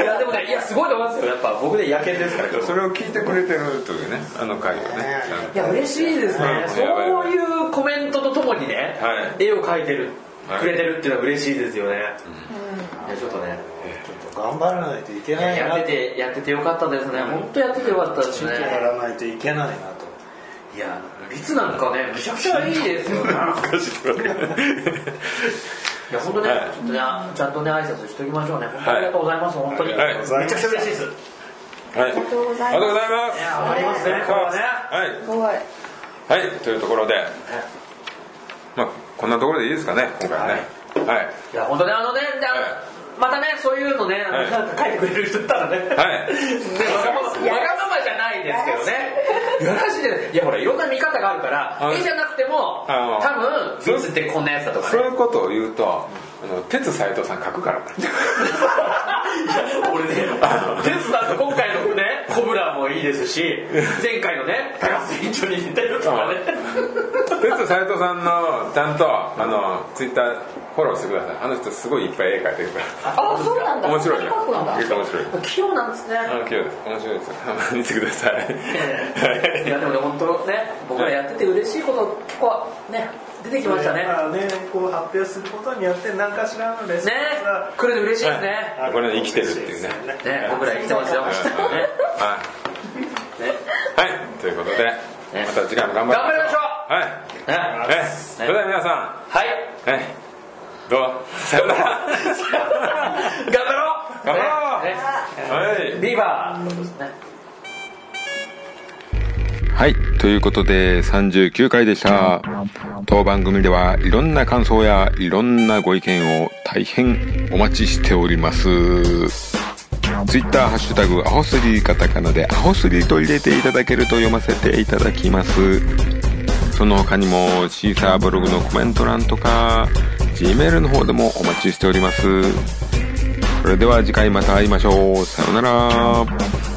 いやでもねいやすごいと思いますよやっぱ僕で野犬ですから。 それを聞いてくれてるというねあの回をね。 いや嬉しいですね。そういうコメントとともにね絵を描いてる。 くれてるっていうのは嬉しいですよね、うん、いやちょっとねちょっと頑張らないといけないな。 やっててやっててよかったですね、うん、本当やっててよかったですね。 やらないといけないなと。 いや率なんかねめちゃくちゃいいですよね難しいいや本当ね、はい、ちょっとねちゃんとね挨拶しておきましょうね。本当にありがとうございます、はい、本当に、はい、めちゃくちゃ嬉しいです。 はい、ありがとうございます。ありがとうございます。 いや終わりますね、今日はね。 はい。すごい。はい、というところで、まあこんなところでいいですかね、今回はね。はい。はい、 いや本当ねあのね、はい、またねそういうのね、はい、なんか書いてくれる人いたらね。はい。ねわがままじゃないですけどね。やらしいで、いやほらいろんな見方があるから、絵じゃなくても多分ビズってこんなやつだとかね。 そういうことを言うと。あの鉄斎藤さん書くから俺ね鉄さんと今回のねコブラもいいですし前回のね高須委員長に似てるとかね鉄斎藤さんのちゃんとあのツイッターフォローしてください。あの人すごいいっぱい絵描いてるから。 ああそうなんだ。 面白いよ。面白い。 器用なんですね。 器用です。面白いですよ。見てください。 いやでもね本当ね僕らやってて嬉しいこと結構ね出てきましたね。 まあねこう発表することによって何かしらのレスポンスが来るの嬉しいですね。 これ生きてるっていうね。 ね僕ら生きてますよ。はい。 はいということでまた次回も頑張りましょう。 はい。ね。それでは皆さんはい。 どうさよなら頑張ろう頑張ろうはいビーバーはい、ということでさんじゅうきゅうかいでした。当番組ではいろんな感想やいろんなご意見を大変お待ちしております。ツイッターハッシュタグアホスリーカタカナでアホスリーと入れていただけると読ませていただきます。その他にもシーサーブログのコメント欄とか G メールの方でもお待ちしております。それでは次回また会いましょう。さようなら。